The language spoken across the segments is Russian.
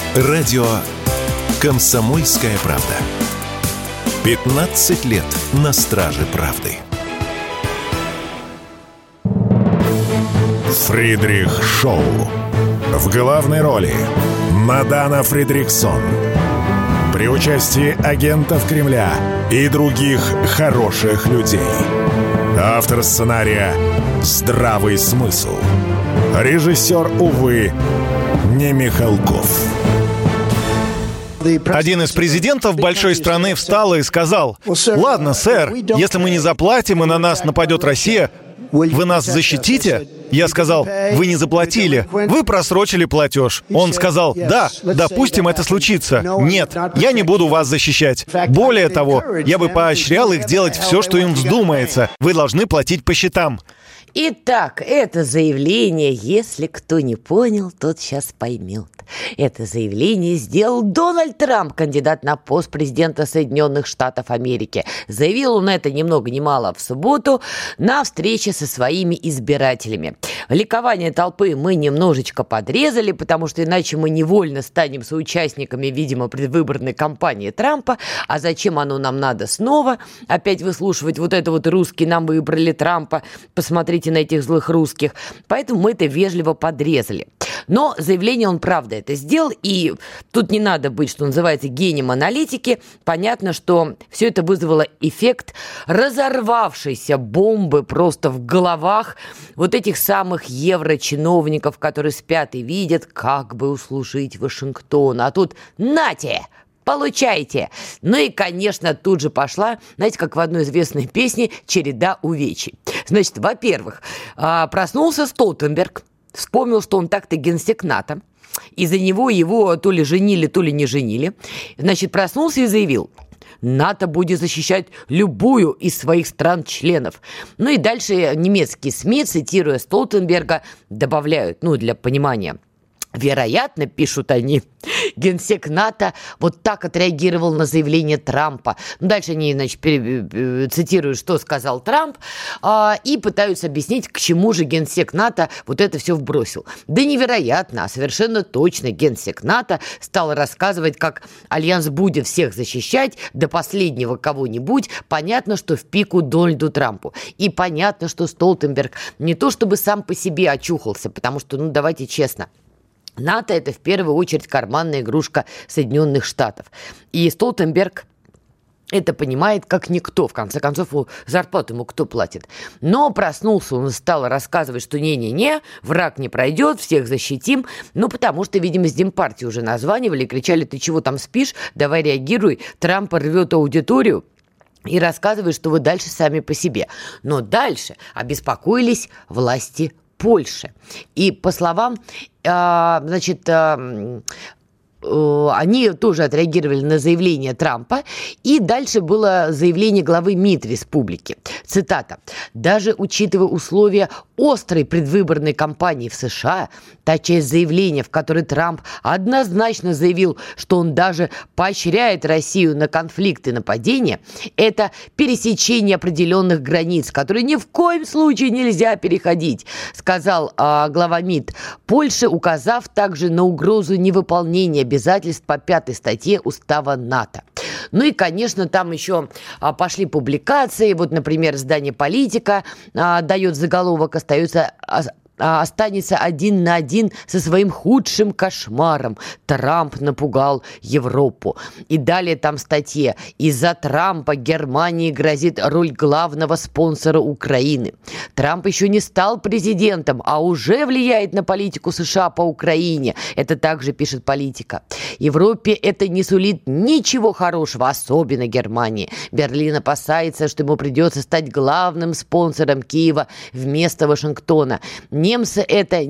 Радио «Комсомольская правда». 15 лет на страже правды. Фридрих Шоу. В главной роли Мадана Фридриксон. При участии агентов Кремля и других хороших людей. Автор сценария «Здравый смысл». Режиссер, увы, не Михалков. Один из президентов большой страны встал и сказал: «Ладно, сэр, если мы не заплатим и на нас нападет Россия, вы нас защитите?» Я сказал: «Вы не заплатили, вы просрочили платеж». Он сказал: «Да, допустим, это случится. Нет, я не буду вас защищать. Более того, я бы поощрял их делать все, что им вздумается. Вы должны платить по счетам». Итак, это заявление, если кто не понял, тот сейчас поймет. Это заявление сделал Дональд Трамп, кандидат на пост президента Соединенных Штатов Америки. Заявил он это ни много ни мало в субботу на встрече со своими избирателями. Ликование толпы мы немножечко подрезали, потому что иначе мы невольно станем соучастниками, видимо, предвыборной кампании Трампа. А зачем оно нам надо снова? Опять выслушивать вот это вот «русские нам выбрали Трампа», посмотрите на этих злых русских. Поэтому мы это вежливо подрезали. Но заявление он правда это сделал, и тут не надо быть, что называется, гением аналитики. Понятно, что все это вызвало эффект разорвавшейся бомбы просто в головах вот этих самых еврочиновников, которые спят и видят, как бы услужить Вашингтону. А тут «нате!» Получайте! Ну и, конечно, тут же пошла, знаете, как в одной известной песне, череда увечий. Значит, во-первых, проснулся Столтенберг, вспомнил, что он так-то генсек НАТО, из-за него его то ли женили, то ли не женили. Значит, проснулся и заявил: НАТО будет защищать любую из своих стран-членов. Ну и дальше немецкие СМИ, цитируя Столтенберга, добавляют, для понимания: вероятно, пишут они, генсек НАТО вот так отреагировал на заявление Трампа. Дальше они, значит, цитируют, что сказал Трамп, и пытаются объяснить, к чему же генсек НАТО вот это все вбросил. Да невероятно, а совершенно точно генсек НАТО стал рассказывать, как альянс будет всех защищать до последнего кого-нибудь. Понятно, что в пику Дональду Трампу. И понятно, что Столтенберг не то чтобы сам по себе очухался, потому что, давайте честно, НАТО – это в первую очередь карманная игрушка Соединенных Штатов. И Столтенберг это понимает как никто. В конце концов, зарплату ему кто платит? Но проснулся, он стал рассказывать, что не-не-не, враг не пройдет, всех защитим. Потому что, видимо, с Демпартии уже названивали, кричали: «Ты чего там спишь? Давай реагируй». Трамп рвет аудиторию и рассказывает, что вы дальше сами по себе. Но дальше обеспокоились власти Польши. И по словам, они тоже отреагировали на заявление Трампа, и дальше было заявление главы МИД республики. Цитата: «Даже учитывая условия острой предвыборной кампании в США, та часть заявления, в которой Трамп однозначно заявил, что он даже поощряет Россию на конфликты и нападения, это пересечение определенных границ, которые ни в коем случае нельзя переходить», сказал глава МИД Польши, указав также на угрозу невыполнения обязательств по 5 статье Устава НАТО. И, конечно, там еще пошли публикации. Вот, например, издание «Политика» дает заголовок: останется один на один со своим худшим кошмаром. Трамп напугал Европу. И далее там в статье: из-за Трампа Германии грозит роль главного спонсора Украины. Трамп еще не стал президентом, а уже влияет на политику США по Украине. Это также пишет «Политика». Европе это не сулит ничего хорошего, особенно Германии. Берлин опасается, что ему придется стать главным спонсором Киева вместо Вашингтона. Немцы этого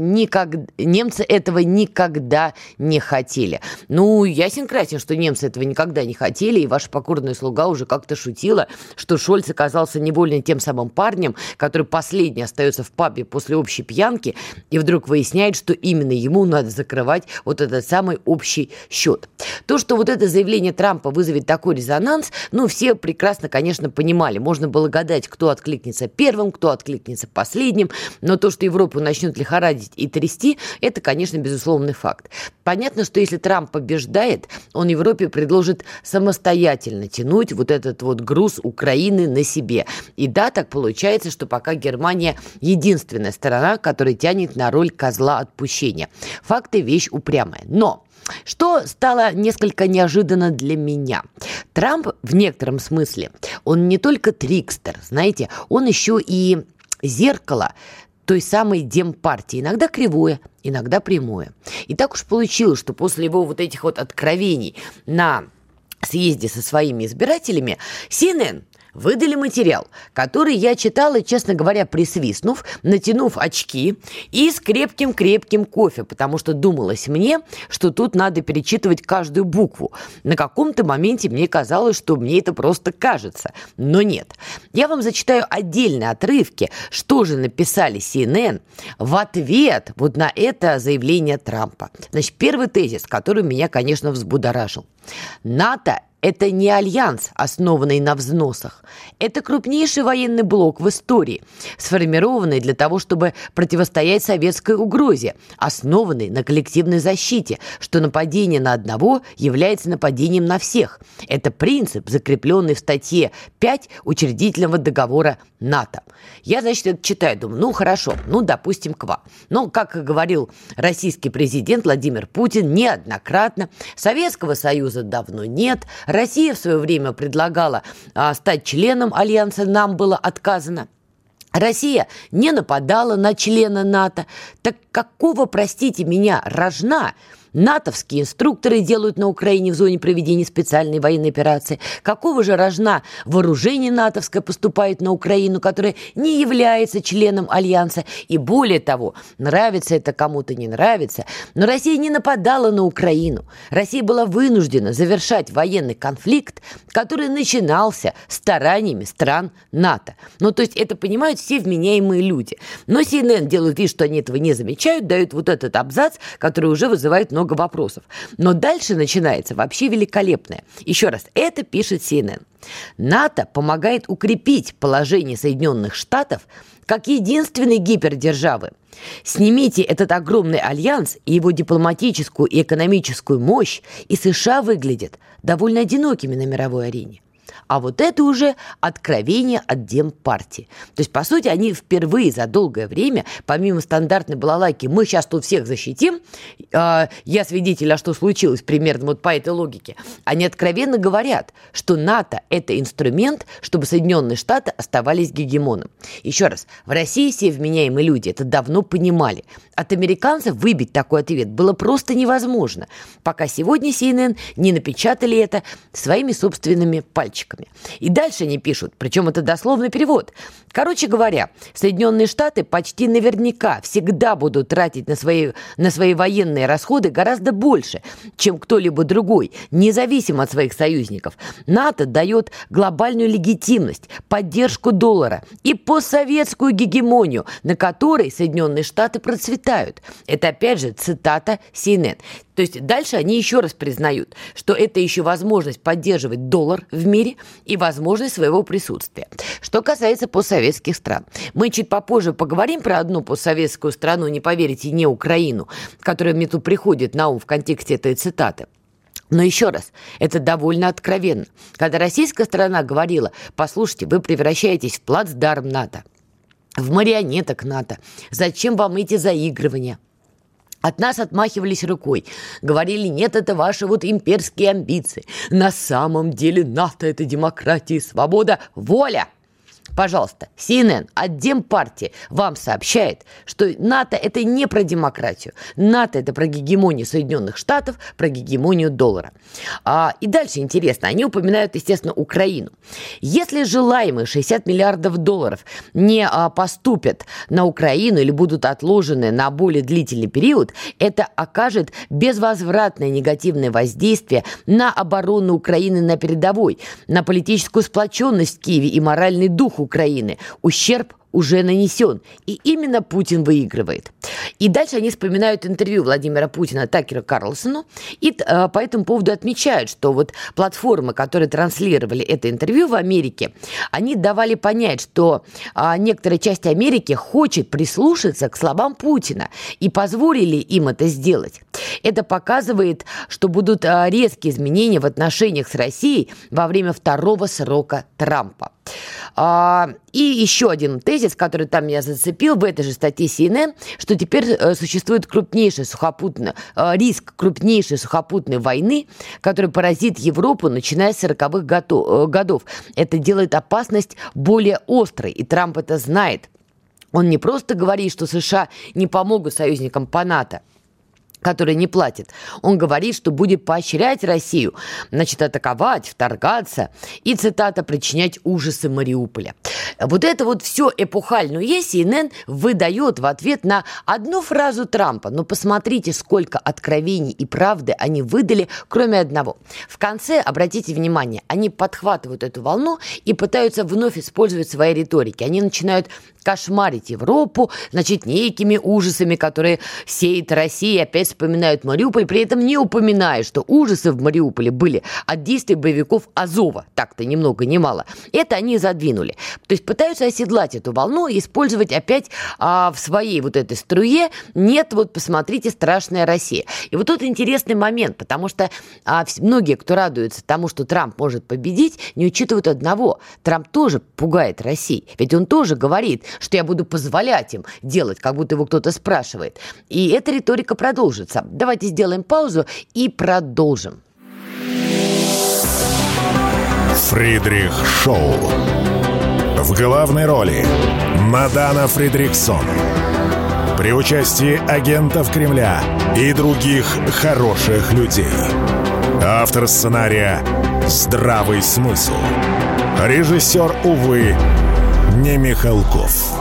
никогда не хотели. Ясен красен, что немцы этого никогда не хотели, и ваша покорная слуга уже как-то шутила, что Шольц оказался невольно тем самым парнем, который последний остается в пабе после общей пьянки, и вдруг выясняет, что именно ему надо закрывать вот этот самый общий счет. То, что вот это заявление Трампа вызовет такой резонанс, все прекрасно, конечно, понимали. Можно было гадать, кто откликнется первым, кто откликнется последним, но то, что Европу начнет лихорадить и трясти, это, конечно, безусловный факт. Понятно, что если Трамп побеждает, он Европе предложит самостоятельно тянуть вот этот вот груз Украины на себе. И да, так получается, что пока Германия единственная сторона, которая тянет на роль козла отпущения. Факты – вещь упрямая. Но что стало несколько неожиданно для меня? Трамп в некотором смысле, он не только трикстер, знаете, он еще и зеркало той самой демпартии. Иногда кривое, иногда прямое. И так уж получилось, что после его вот этих вот откровений на съезде со своими избирателями CNN выдали материал, который я читала, честно говоря, присвистнув, натянув очки и с крепким-крепким кофе, потому что думалось мне, что тут надо перечитывать каждую букву. На каком-то моменте мне казалось, что мне это просто кажется, но нет. Я вам зачитаю отдельные отрывки, что же написали CNN в ответ вот на это заявление Трампа. Значит, первый тезис, который меня, конечно, взбудоражил. НАТО – это не альянс, основанный на взносах. Это крупнейший военный блок в истории, сформированный для того, чтобы противостоять советской угрозе, основанный на коллективной защите, что нападение на одного является нападением на всех. Это принцип, закрепленный в статье 5 Учредительного договора НАТО. Я, значит, это читаю, думаю, ну хорошо, ну допустим, ква. Но, как говорил российский президент Владимир Путин неоднократно, Советского Союза давно нет, Россия в свое время предлагала стать членом альянса, нам было отказано. Россия не нападала на члена НАТО. Так какого, простите меня, рожна натовские инструкторы делают на Украине в зоне проведения специальной военной операции? Какого же рожна вооружение натовское поступает на Украину, которая не является членом альянса? И более того, нравится это кому-то, не нравится, но Россия не нападала на Украину. Россия была вынуждена завершать военный конфликт, который начинался стараниями стран НАТО. Ну, то есть это понимают все вменяемые люди. Но CNN делают вид, что они этого не замечают, дают вот этот абзац, который уже вызывает много вопросов. Но дальше начинается вообще великолепное. Еще раз, это пишет CNN. НАТО помогает укрепить положение Соединенных Штатов как единственной гипердержавы. Снимите этот огромный альянс и его дипломатическую и экономическую мощь, и США выглядят довольно одинокими на мировой арене. А вот это уже откровение от демпартии. То есть, по сути, они впервые за долгое время, помимо стандартной балалайки, мы сейчас тут всех защитим, я свидетель, а что случилось, примерно вот по этой логике, они откровенно говорят, что НАТО – это инструмент, чтобы Соединенные Штаты оставались гегемоном. Еще раз, в России все вменяемые люди это давно понимали. От американцев выбить такой ответ было просто невозможно, пока сегодня CNN не напечатали это своими собственными пальчиками. И дальше они пишут, причем это дословный перевод. Короче говоря, Соединенные Штаты почти наверняка всегда будут тратить на свои военные расходы гораздо больше, чем кто-либо другой, независимо от своих союзников. НАТО дает глобальную легитимность, поддержку доллара и постсоветскую гегемонию, на которой Соединенные Штаты процветают. Это опять же цитата CNN. То есть дальше они еще раз признают, что это еще возможность поддерживать доллар в мире и возможность своего присутствия. Что касается постсоветских стран. Мы чуть попозже поговорим про одну постсоветскую страну, не поверите, не Украину, которая мне тут приходит на ум в контексте этой цитаты. Но еще раз, это довольно откровенно. Когда российская сторона говорила, послушайте, вы превращаетесь в плацдарм НАТО, в марионеток НАТО, зачем вам эти заигрывания? От нас отмахивались рукой, говорили, нет, это ваши вот имперские амбиции. На самом деле НАТО – это демократия, свобода, воля. Пожалуйста, CNN от Демпартии вам сообщает, что НАТО – это не про демократию. НАТО – это про гегемонию Соединенных Штатов, про гегемонию доллара. И дальше интересно, они упоминают, естественно, Украину. Если желаемые 60 миллиардов долларов не поступят на Украину или будут отложены на более длительный период, это окажет безвозвратное негативное воздействие на оборону Украины на передовой, на политическую сплоченность в Киеве и моральный дух Украины, ущерб уже нанесен, и именно Путин выигрывает. И дальше они вспоминают интервью Владимира Путина Такеру Карлсону, и по этому поводу отмечают, что вот платформы, которые транслировали это интервью в Америке, они давали понять, что некоторая часть Америки хочет прислушаться к словам Путина, и позволили им это сделать. Это показывает, что будут резкие изменения в отношениях с Россией во время второго срока Трампа. И еще один тезис, который там меня зацепил в этой же статье CNN, что теперь существует риск крупнейшей сухопутной войны, которая поразит Европу, начиная с 40-х годов. Это делает опасность более острой, и Трамп это знает. Он не просто говорит, что США не помогут союзникам по НАТО, который не платит. Он говорит, что будет поощрять Россию, атаковать, вторгаться и, цитата, причинять ужасы Мариуполя. Вот это вот все эпохальную CNN выдает в ответ на одну фразу Трампа. Но посмотрите, сколько откровений и правды они выдали, кроме одного. В конце, обратите внимание, они подхватывают эту волну и пытаются вновь использовать свои риторики. Они начинают кошмарить Европу, некими ужасами, которые сеет Россия, опять вспоминают Мариуполь, при этом не упоминая, что ужасы в Мариуполе были от действий боевиков Азова, так-то ни много ни мало. Это они задвинули. То есть пытаются оседлать эту волну и использовать опять в своей вот этой струе. Нет, вот посмотрите, страшная Россия. И вот тут интересный момент, потому что многие, кто радуется тому, что Трамп может победить, не учитывают одного. Трамп тоже пугает Россию. Ведь он тоже говорит, что я буду позволять им делать, как будто его кто-то спрашивает. И эта риторика продолжится. Давайте сделаем паузу и продолжим. Фридрих Шоу. В главной роли Мадана Фридриксон. При участии агентов Кремля и других хороших людей. Автор сценария «Здравый смысл». Режиссер, увы, не Михалков.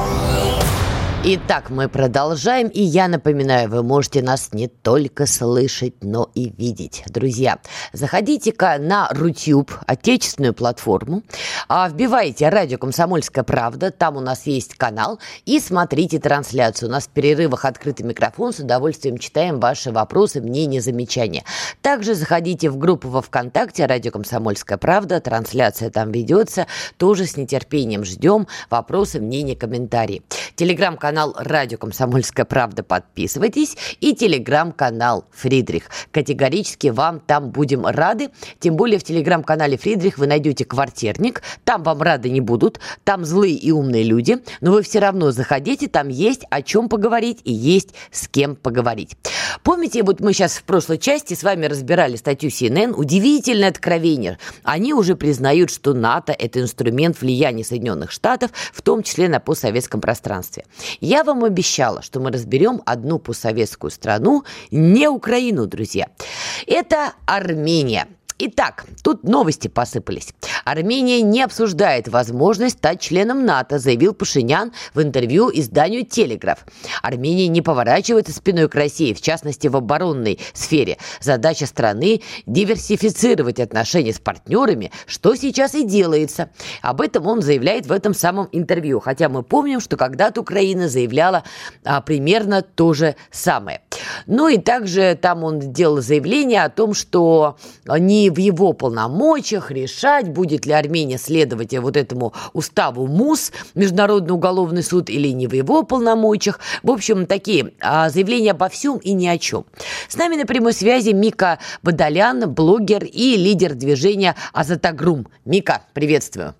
Итак, мы продолжаем, и я напоминаю, вы можете нас не только слышать, но и видеть. Друзья, заходите-ка на Рутюб, отечественную платформу, вбивайте «Радио Комсомольская правда», там у нас есть канал, и смотрите трансляцию. У нас в перерывах открытый микрофон, с удовольствием читаем ваши вопросы, мнения, замечания. Также заходите в группу во ВКонтакте «Радио Комсомольская правда», трансляция там ведется, тоже с нетерпением ждем вопросы, мнения, комментарии. Телеграм-канал «Радио Комсомольская правда», подписывайтесь, и телеграм-канал «Фридрих». Категорически вам там будем рады, тем более в телеграм-канале «Фридрих» вы найдете квартирник, там вам рады не будут, там злые и умные люди, но вы все равно заходите, там есть о чем поговорить и есть с кем поговорить. Помните, вот мы сейчас в прошлой части с вами разбирали статью CNN, удивительное откровение. Они уже признают, что НАТО – это инструмент влияния Соединенных Штатов, в том числе на постсоветском пространстве. Я вам обещала, что мы разберем одну постсоветскую страну, не Украину, друзья. Это Армения. Итак, тут новости посыпались. Армения не обсуждает возможность стать членом НАТО, заявил Пашинян в интервью изданию «Телеграф». Армения не поворачивается спиной к России, в частности в оборонной сфере. Задача страны – диверсифицировать отношения с партнерами, что сейчас и делается. Об этом он заявляет в этом самом интервью. Хотя мы помним, что когда-то Украина заявляла примерно то же самое. Ну и также там он делал заявление о том, что не в его полномочиях решать, будет ли Армения следовать вот этому уставу МУС, Международный уголовный суд, или не в его полномочиях. В общем, такие заявления обо всем и ни о чем. С нами на прямой связи Мика Бадолян, блогер и лидер движения Азатагрум. Мика, приветствую.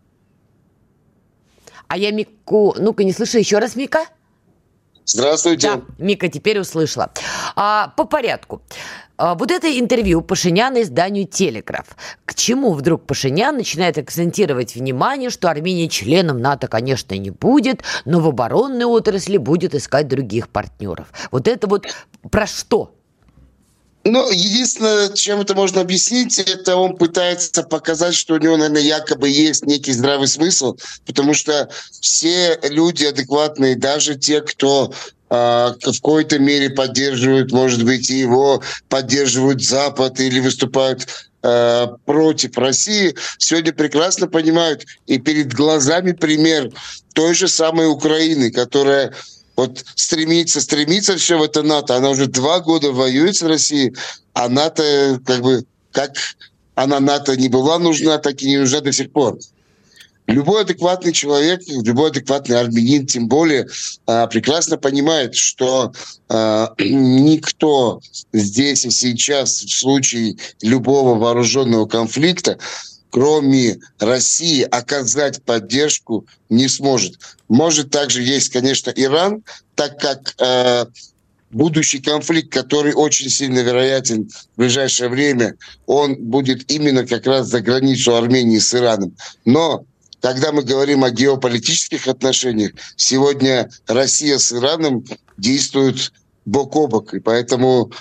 А я Мику... Ну-ка, не слышу еще раз, Мика? Здравствуйте. Да, Мика теперь услышала. По порядку. Вот это интервью Пашиняна изданию «Телеграф». К чему вдруг Пашинян начинает акцентировать внимание, что Армения членом НАТО, конечно, не будет, но в оборонной отрасли будет искать других партнеров? Вот это вот про что? Ну, единственное, чем это можно объяснить, это он пытается показать, что у него, наверное, якобы есть некий здравый смысл, потому что все люди адекватные, даже те, кто в какой-то мере поддерживают, может быть, и его поддерживают Запад или выступают против России, сегодня прекрасно понимают, и перед глазами пример той же самой Украины, которая вот стремится все в это НАТО. Она уже 2 года воюет с Россией, а НАТО, как она НАТО не была нужна, так и не нужна до сих пор. Любой адекватный человек, любой адекватный армянин, тем более, прекрасно понимает, что никто здесь и сейчас в случае любого вооруженного конфликта, кроме России, оказать поддержку не сможет. Может также есть, конечно, Иран, так как будущий конфликт, который очень сильно вероятен в ближайшее время, он будет именно как раз за границу Армении с Ираном. Но когда мы говорим о геополитических отношениях, сегодня Россия с Ираном действуют бок о бок. И поэтому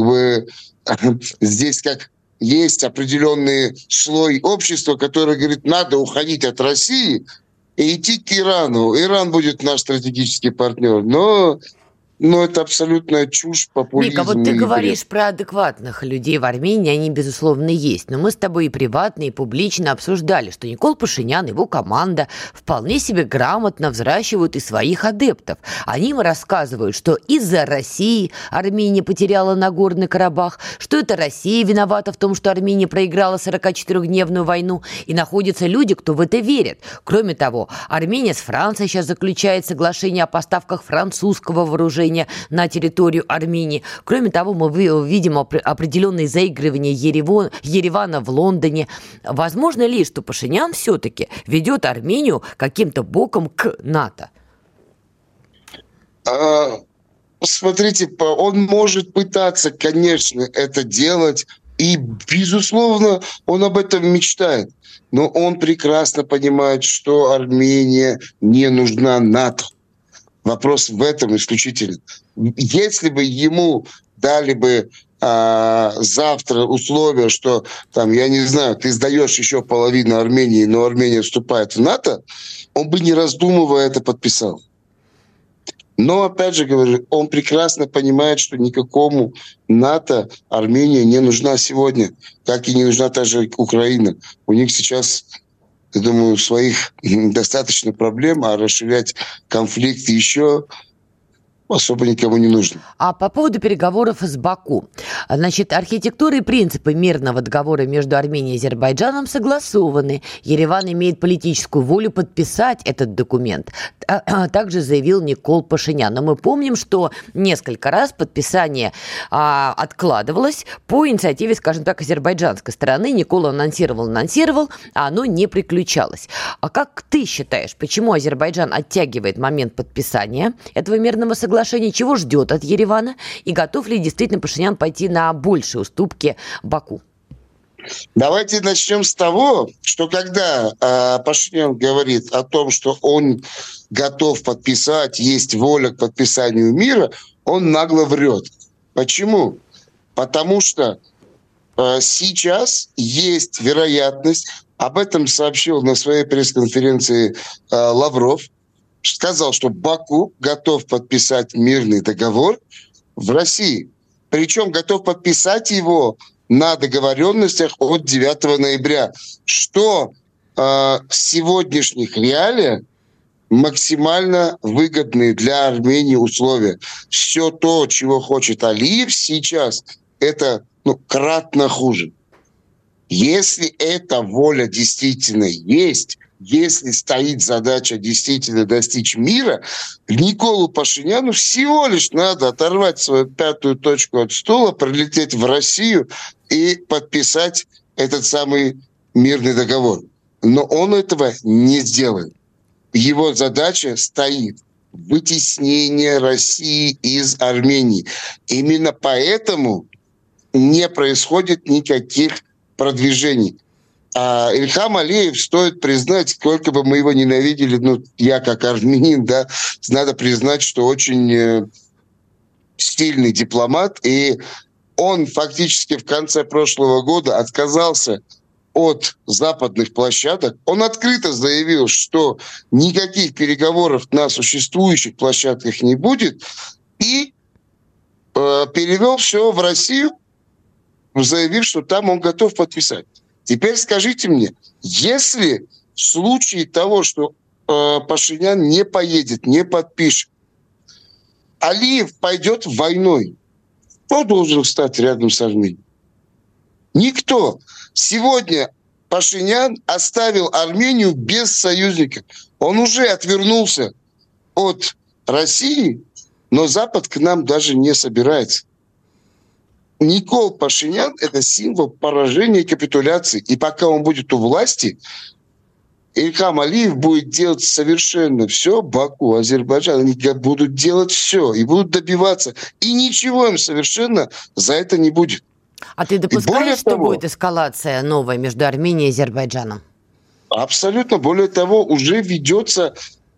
здесь как есть определенный слой общества, который говорит, надо уходить от России и идти к Ирану. Иран будет наш стратегический партнер. Но это абсолютная чушь, популизм. Мика, вот ты говоришь про адекватных людей в Армении, они, безусловно, есть. Но мы с тобой и приватно, и публично обсуждали, что Никол Пашинян и его команда вполне себе грамотно взращивают и своих адептов. Они им рассказывают, что из-за России Армения потеряла Нагорный Карабах, что это Россия виновата в том, что Армения проиграла 44-дневную войну, и находятся люди, кто в это верит. Кроме того, Армения с Францией сейчас заключает соглашение о поставках французского вооружения на территорию Армении. Кроме того, мы видим определенные заигрывания Еревана в Лондоне. Возможно ли, что Пашинян все-таки ведет Армению каким-то боком к НАТО? Смотрите, он может пытаться, конечно, это делать, и, безусловно, он об этом мечтает. Но он прекрасно понимает, что Армения не нужна НАТО. Вопрос в этом исключительно. Если бы ему дали бы завтра условия, что там, я не знаю, ты сдаешь еще половину Армении, но Армения вступает в НАТО, он бы, не раздумывая, это подписал. Но, опять же говорю, он прекрасно понимает, что никакому НАТО Армения не нужна сегодня, как и не нужна та же Украина. У них сейчас, я думаю, своих достаточно проблем, а расширять конфликт еще особо никому не нужно. А по поводу переговоров с Баку. Значит, архитектура и принципы мирного договора между Арменией и Азербайджаном согласованы. Ереван имеет политическую волю подписать этот документ. Также заявил Никол Пашинян. Но мы помним, что несколько раз подписание откладывалось по инициативе, скажем так, азербайджанской стороны. Никол анонсировал, а оно не приключалось. А как ты считаешь, почему Азербайджан оттягивает момент подписания этого мирного соглашения? Чего ждет от Еревана? И готов ли действительно Пашинян пойти на большие уступки Баку? Давайте начнем с того, что когда Пашинян говорит о том, что он готов подписать, есть воля к подписанию мира, он нагло врет. Почему? Потому что сейчас есть вероятность, об этом сообщил на своей пресс-конференции Лавров, сказал, что Баку готов подписать мирный договор в России. Причем готов подписать его на договоренностях от 9 ноября, что в сегодняшних реалиях максимально выгодные для Армении условия. Все то, чего хочет Алиев сейчас, это кратно хуже. Если эта воля действительно есть, если стоит задача действительно достичь мира, Николу Пашиняну всего лишь надо оторвать свою пятую точку от стула, прилететь в Россию и подписать этот самый мирный договор. Но он этого не сделает. Его задача стоит вытеснение России из Армении. Именно поэтому не происходит никаких продвижений. А Ильхам Алиев, стоит признать, сколько бы мы его ненавидели, я как армянин, надо признать, что очень сильный дипломат, и он фактически в конце прошлого года отказался от западных площадок. Он открыто заявил, что никаких переговоров на существующих площадках не будет, и перевел все в Россию. заявив, что там он готов подписать. Теперь скажите мне, если в случае того, что Пашинян не поедет, не подпишет, Алиев пойдет войной, кто должен стать рядом с Арменией? Никто. Сегодня Пашинян оставил Армению без союзников. Он уже отвернулся от России, но Запад к нам даже не собирается. Никол Пашинян – это символ поражения и капитуляции. И пока он будет у власти, Ильхам Алиев будет делать совершенно все, Баку, Азербайджан, они будут делать все и будут добиваться. И ничего им совершенно за это не будет. А ты допускаешь, что будет эскалация новая между Арменией и Азербайджаном? Абсолютно. Более того, уже ведется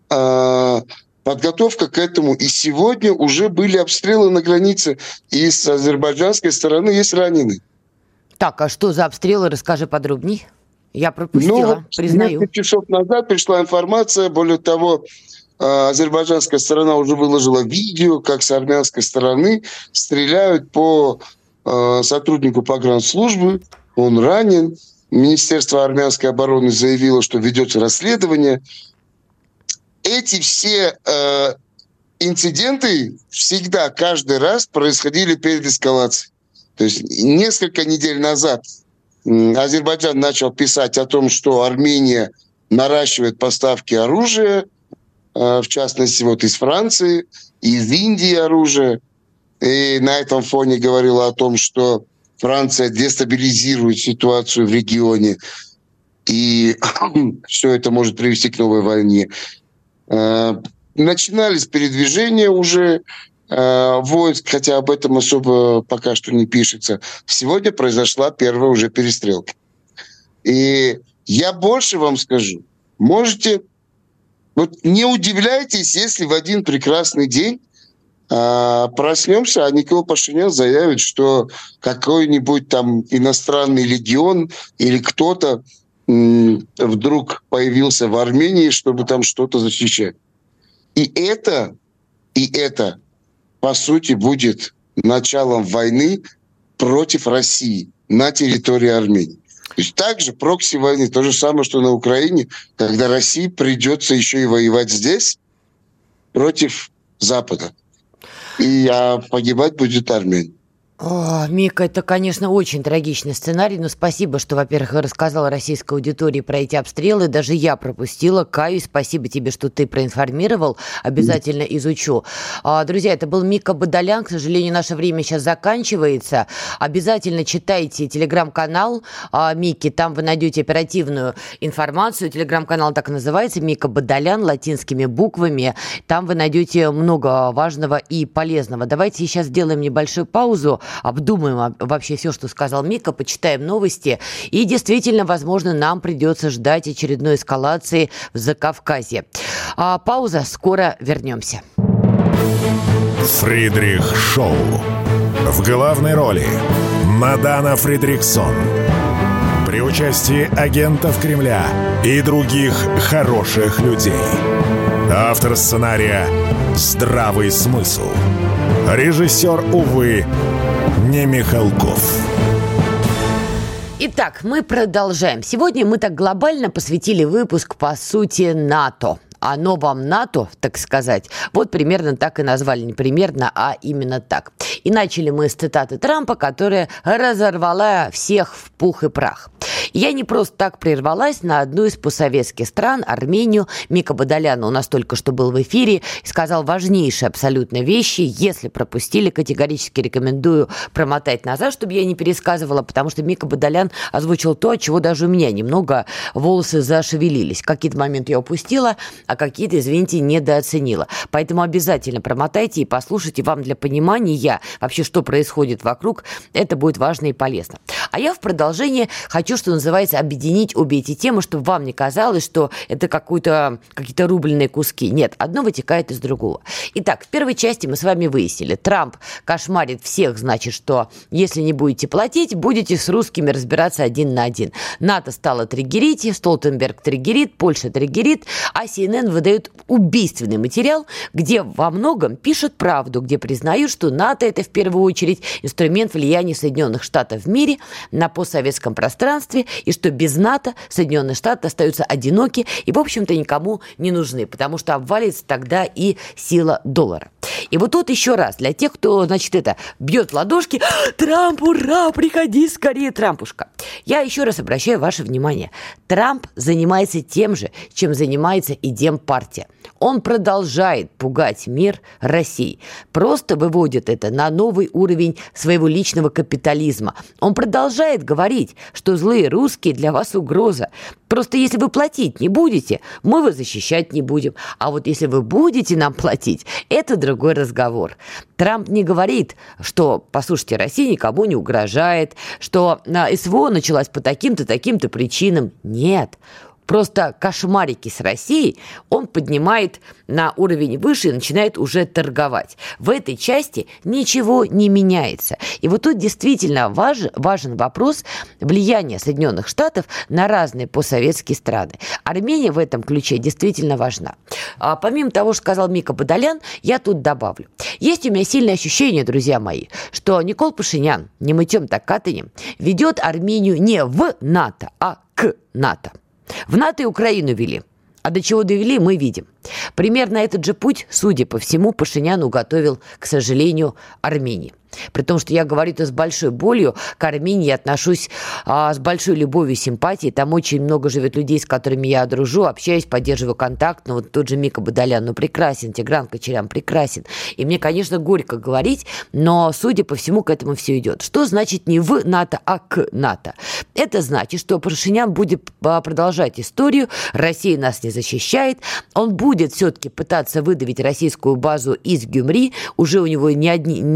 подготовка к этому. И сегодня уже были обстрелы на границе. И с азербайджанской стороны есть раненые. Так, а что за обстрелы? Расскажи подробней. Я пропустила, признаю. Несколько часов назад пришла информация. Более того, азербайджанская сторона уже выложила видео, как с армянской стороны стреляют по сотруднику погранслужбы. Он ранен. Министерство армянской обороны заявило, что ведется расследование. Эти все инциденты всегда, каждый раз происходили перед эскалацией. То есть несколько недель назад Азербайджан начал писать о том, что Армения наращивает поставки оружия, в частности, вот из Франции, из Индии оружие. И на этом фоне говорила о том, что Франция дестабилизирует ситуацию в регионе, и все это может привести к новой войне. Начинались передвижения уже войск, хотя об этом особо пока что не пишется. Сегодня произошла первая уже перестрелка. И я больше вам скажу. Можете... Вот не удивляйтесь, если в один прекрасный день проснемся, а Никол Пашинян заявит, что какой-нибудь там иностранный легион или кто-то вдруг появился в Армении, чтобы там что-то защищать. И это, по сути, будет началом войны против России на территории Армении. То есть также прокси-войны, то же самое, что на Украине, когда России придется еще и воевать здесь против Запада. И погибать будет Армения. О, Мика, это, конечно, очень трагичный сценарий, но спасибо, что, во-первых, рассказала российской аудитории про эти обстрелы. Даже я пропустила. Каюсь, спасибо тебе, что ты проинформировал. Обязательно изучу. Друзья, это был Мика Бадолян. К сожалению, наше время сейчас заканчивается. Обязательно читайте телеграм-канал Мики. Там вы найдете оперативную информацию. Телеграм-канал так и называется. Мика Бадолян, латинскими буквами. Там вы найдете много важного и полезного. Давайте сейчас сделаем небольшую паузу. Обдумаем вообще все, что сказал Мика, почитаем новости. И действительно, возможно, нам придется ждать очередной эскалации в Закавказье. Пауза, скоро вернемся. Фридрих Шоу. В главной роли Мадана Фридриксон. При участии агентов Кремля и других хороших людей. Автор сценария «Здравый смысл». Режиссер, увы, не Михалков. Итак, мы продолжаем. Сегодня мы так глобально посвятили выпуск, по сути, НАТО. О новом НАТО, так сказать. Вот примерно так и назвали. Не примерно, а именно так. И начали мы с цитаты Трампа, которая разорвала всех в пух и прах. Я не просто так прервалась на одну из постсоветских стран, Армению. Мика Бадолян у нас только что был в эфире и сказал важнейшие абсолютно вещи. Если пропустили, категорически рекомендую промотать назад, чтобы я не пересказывала, потому что Мика Бадолян озвучил то, от чего даже у меня немного волосы зашевелились. Какие-то моменты я упустила, а какие-то, извините, недооценила. Поэтому обязательно промотайте и послушайте. Вам для понимания вообще, что происходит вокруг, это будет важно и полезно. А я в продолжение хочу, что называется, объединить обе эти темы, чтобы вам не казалось, что это какие-то рубленые куски. Нет, одно вытекает из другого. Итак, в первой части мы с вами выяснили, Трамп кошмарит всех, значит, что если не будете платить, будете с русскими разбираться один на один. НАТО стало триггерить, Столтенберг триггерит, Польша триггерит, а CNN выдает убийственный материал, где во многом пишут правду, где признают, что НАТО – это в первую очередь инструмент влияния Соединенных Штатов в мире на постсоветском пространстве, и что без НАТО Соединенные Штаты остаются одиноки и, в общем-то, никому не нужны, потому что обвалится тогда и сила доллара. И вот тут еще раз, для тех, кто, значит, бьет в ладошки: «Трамп, ура, приходи скорее, Трампушка!» Я еще раз обращаю ваше внимание. Трамп занимается тем же, чем занимается и Демпартия. Он продолжает пугать мир Россией. Просто выводит это на новый уровень своего личного капитализма. Он продолжает говорить, что злые русские для вас угроза. Просто если вы платить не будете, мы вас защищать не будем. А вот если вы будете нам платить, это другой разговор. Трамп не говорит, что, послушайте, Россия никому не угрожает, что СВО началась по таким-то, таким-то причинам. Нет. Просто кошмарики с Россией он поднимает на уровень выше и начинает уже торговать. В этой части ничего не меняется. И вот тут действительно важен вопрос влияния Соединенных Штатов на разные постсоветские страны. Армения в этом ключе действительно важна. Помимо того, что сказал Мика Подолян, я тут добавлю. Есть у меня сильное ощущение, друзья мои, что Никол Пашинян, не мытьем так катанем, ведет Армению не в НАТО, а к НАТО. В НАТО и Украину вели. А до чего довели, мы видим. Примерно этот же путь, судя по всему, Пашинян уготовил, к сожалению, Армении. При том, что я говорю это с большой болью, к Армении я отношусь с большой любовью и симпатией. Там очень много живет людей, с которыми я дружу, общаюсь, поддерживаю контакт. Ну, вот тот же Мика Бодолян, прекрасен, Тигран Кочарян прекрасен. И мне, конечно, горько говорить, но, судя по всему, к этому все идет. Что значит не в НАТО, а к НАТО? Это значит, что Пашинян будет продолжать историю, Россия нас не защищает, он будет все-таки пытаться выдавить российскую базу из Гюмри, уже у него не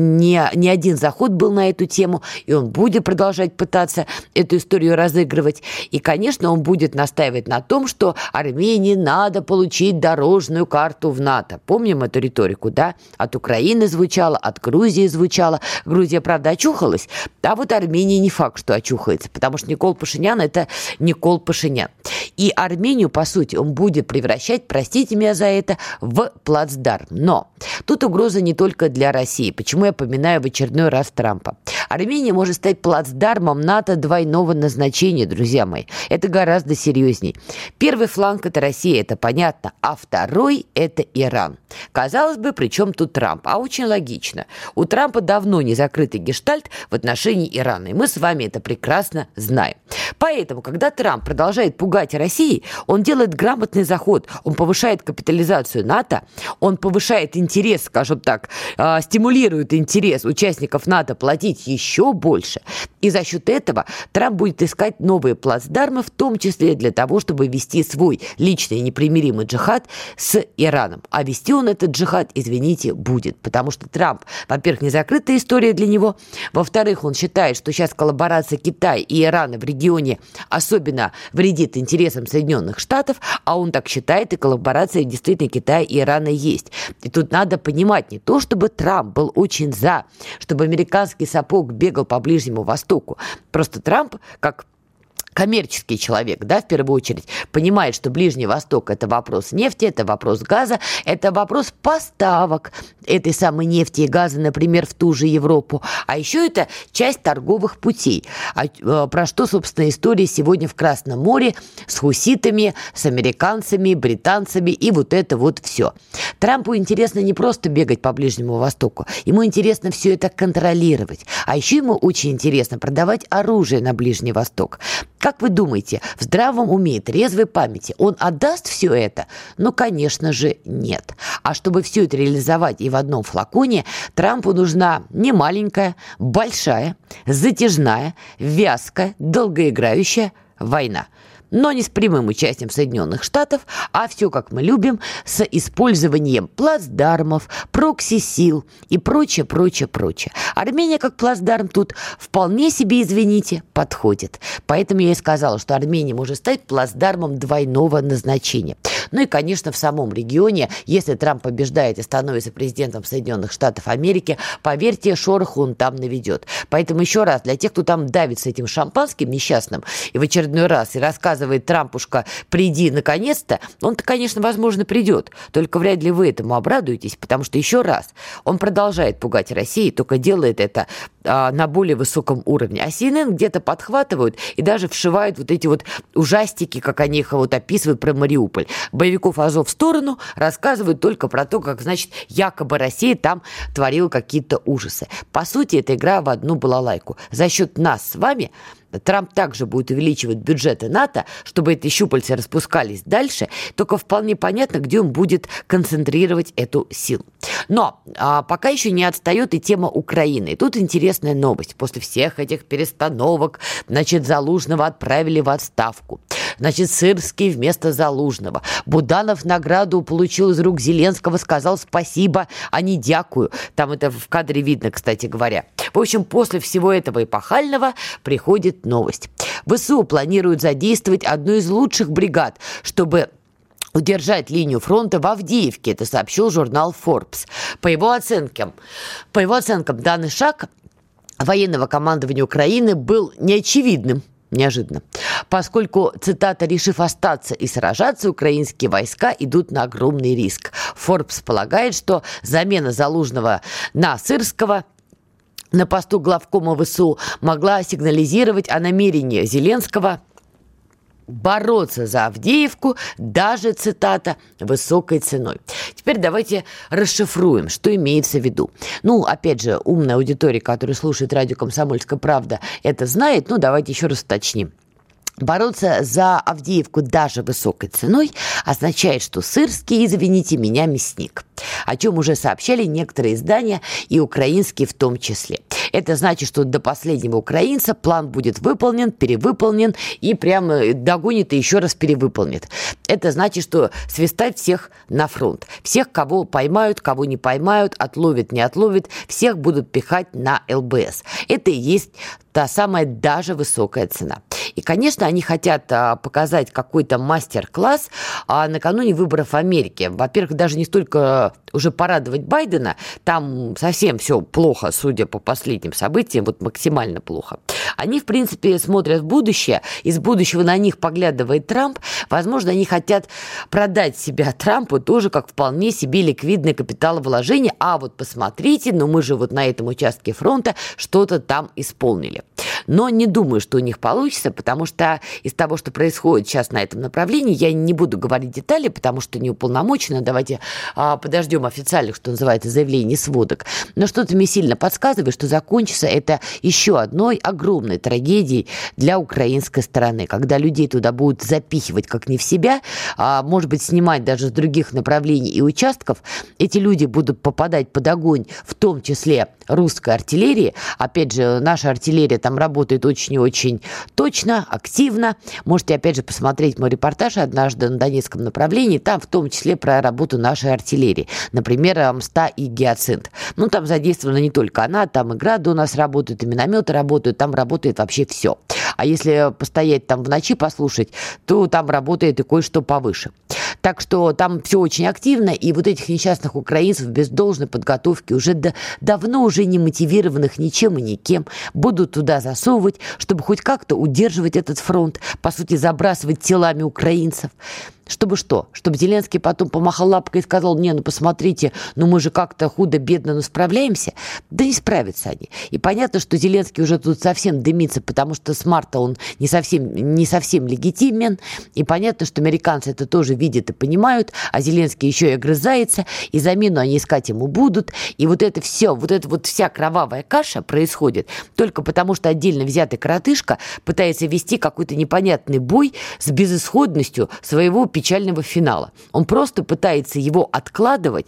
один заход был на эту тему, и он будет продолжать пытаться эту историю разыгрывать. И, конечно, он будет настаивать на том, что Армении надо получить дорожную карту в НАТО. Помним эту риторику, да? От Украины звучало, от Грузии звучало. Грузия, правда, очухалась, а вот Армения не факт, что очухается, потому что Никол Пашинян – это Никол Пашинян. И Армению, по сути, он будет превращать, простите меня за это, в плацдарм. Но тут угроза не только для России. Почему я поминаю в очередной раз Трампа? Армения может стать плацдармом НАТО двойного назначения, друзья мои. Это гораздо серьезней. Первый фланг – это Россия, это понятно, а второй – это Иран. Казалось бы, при чем тут Трамп? А очень логично. У Трампа давно не закрытый гештальт в отношении Ирана, и мы с вами это прекрасно знаем. Поэтому, когда Трамп продолжает пугать Россию, он делает грамотный заход, он повышает капитализацию НАТО, он повышает интерес, скажем так, стимулирует интерес участников НАТО платить еще больше. И за счет этого Трамп будет искать новые плацдармы, в том числе для того, чтобы вести свой личный непримиримый джихад с Ираном. А вести он этот джихад, извините, будет. Потому что Трамп, во-первых, не закрытая история для него. Во-вторых, он считает, что сейчас коллаборация Китая и Ирана в регионе особенно вредит интересам Соединенных Штатов, а он так считает, и коллаборация действительно Китая и Ирана есть. И тут надо понимать не то, чтобы Трамп был очень за, чтобы американский сапог бегал по Ближнему Востоку. Просто Трамп, как коммерческий человек, да, в первую очередь, понимает, что Ближний Восток – это вопрос нефти, это вопрос газа, это вопрос поставок этой самой нефти и газа, например, в ту же Европу. А еще это часть торговых путей. Про что, собственно, история сегодня в Красном море с хуситами, с американцами, британцами и вот это вот все. Трампу интересно не просто бегать по Ближнему Востоку, ему интересно все это контролировать. А еще ему очень интересно продавать оружие на Ближний Восток. Как вы думаете, в здравом уме и трезвой памяти он отдаст все это? Ну, конечно же, нет. А чтобы все это реализовать и в одном флаконе, Трампу нужна не маленькая, большая, затяжная, вязкая, долгоиграющая война. но не с прямым участием Соединенных Штатов, а все, как мы любим, с использованием плацдармов, прокси-сил и прочее. Армения как плацдарм тут вполне себе, извините, подходит. Поэтому я и сказала, что Армения может стать плацдармом двойного назначения. Ну и, конечно, в самом регионе, если Трамп побеждает и становится президентом Соединенных Штатов Америки, поверьте, шороху он там наведет. Поэтому еще раз, для тех, кто там давит с этим шампанским несчастным и в очередной раз и рассказывает Трампушка, приди наконец-то, он-то, конечно, возможно, придет. Только вряд ли вы этому обрадуетесь, потому что, еще раз, он продолжает пугать Россию, только делает это на более высоком уровне. А CNN где-то подхватывают и даже вшивают вот эти вот ужастики, как они их вот описывают про Мариуполь. Боевиков Азов в сторону, рассказывают только про то, как, значит, якобы Россия там творила какие-то ужасы. По сути, эта игра в одну балалайку. За счет нас с вами Трамп также будет увеличивать бюджеты НАТО, чтобы эти щупальца распускались дальше, только вполне понятно, где он будет концентрировать эту силу. Но пока еще не отстает и тема Украины. И тут интересная новость. После всех этих перестановок, значит, Залужного отправили в отставку. Значит, Сырский вместо Залужного. Буданов награду получил из рук Зеленского, сказал спасибо, а не дякую. Там это в кадре видно, кстати говоря. В общем, после всего этого эпохального приходит новость. ВСУ планируют задействовать одну из лучших бригад, чтобы удержать линию фронта в Авдеевке, это сообщил журнал Forbes. По его оценкам, данный шаг военного командования Украины был неочевидным, неожиданно, поскольку, цитата, «решив остаться и сражаться, украинские войска идут на огромный риск». Forbes полагает, что замена Залужного на Сырского на посту главкома ВСУ могла сигнализировать о намерении Зеленского бороться за Авдеевку даже, цитата, высокой ценой. Теперь давайте расшифруем, что имеется в виду. Ну, опять же, умная аудитория, которая слушает радио «Комсомольская правда», это знает, но давайте еще раз уточним. Бороться за Авдеевку даже высокой ценой означает, что Сырский, извините меня, мясник. О чем уже сообщали некоторые издания, и украинские в том числе. Это значит, что до последнего украинца план будет выполнен, перевыполнен и прямо догонит и еще раз перевыполнит. Это значит, что свистать всех на фронт. Всех, кого поймают, кого не поймают, отловят, не отловят, всех будут пихать на ЛБС. Это и есть та самая даже высокая цена. И, конечно, они хотят показать какой-то мастер-класс накануне выборов в Америке. Во-первых, даже не столько уже порадовать Байдена, там совсем все плохо, судя по последним событиям, вот максимально плохо. Они, в принципе, смотрят в будущее, из будущего на них поглядывает Трамп. Возможно, они хотят продать себя Трампу тоже как вполне себе ликвидное капиталовложение. А вот посмотрите, мы же вот на этом участке фронта что-то там исполнили. Но не думаю, что у них получится, потому что из того, что происходит сейчас на этом направлении, я не буду говорить детали, потому что не уполномочена. Давайте подождем официальных, что называется, заявлений, сводок. Но что-то мне сильно подсказывает, что закончится это еще одной огромной трагедией для украинской стороны, когда людей туда будут запихивать как не в себя, может быть, снимать даже с других направлений и участков. Эти люди будут попадать под огонь, в том числе русской артиллерии. Опять же, наша артиллерия там работает очень и очень точно, активно. Можете, опять же, посмотреть мой репортаж однажды на Донецком направлении. Там в том числе про работу нашей артиллерии. Например, МСТА и Гиацинт. Ну, там задействована не только она, там и грады у нас работают, и минометы работают, там работает вообще все. А если постоять там в ночи, послушать, то там работает и кое-что повыше. Так что там все очень активно, и вот этих несчастных украинцев без должной подготовки, уже давно уже не мотивированных ничем и никем, будут туда засовывать, чтобы хоть как-то удерживать этот фронт, по сути, забрасывать телами украинцев. Чтобы что? Чтобы Зеленский потом помахал лапкой и сказал: не, посмотрите, мы же как-то худо-бедно, справляемся. Да не справятся они. И понятно, что Зеленский уже тут совсем дымится, потому что с марта он не совсем легитимен. И понятно, что американцы это тоже видят и понимают, а Зеленский еще и огрызается, и замену они искать ему будут. И вот это все, вся кровавая каша происходит только потому, что отдельно взятый коротышка пытается вести какой-то непонятный бой с безысходностью своего печального финала. Он просто пытается его откладывать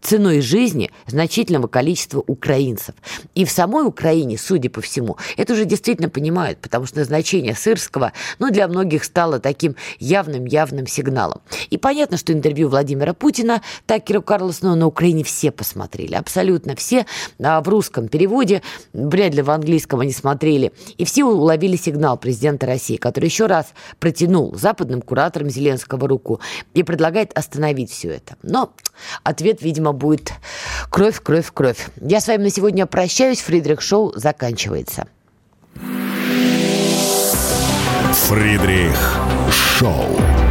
ценой жизни значительного количества украинцев. И в самой Украине, судя по всему, это уже действительно понимают, потому что назначение Сырского, для многих стало таким явным сигналом. И понятно, что интервью Владимира Путина Такеру Карлсону на Украине все посмотрели, абсолютно все, в русском переводе, вряд ли в английском они смотрели, и все уловили сигнал президента России, который еще раз протянул западным кураторам Зеленского руку и предлагает остановить все это. Но ответ, видимо, будет кровь, кровь, кровь. Я с вами на сегодня прощаюсь. Фридрих Шоу заканчивается. Фридрих Шоу.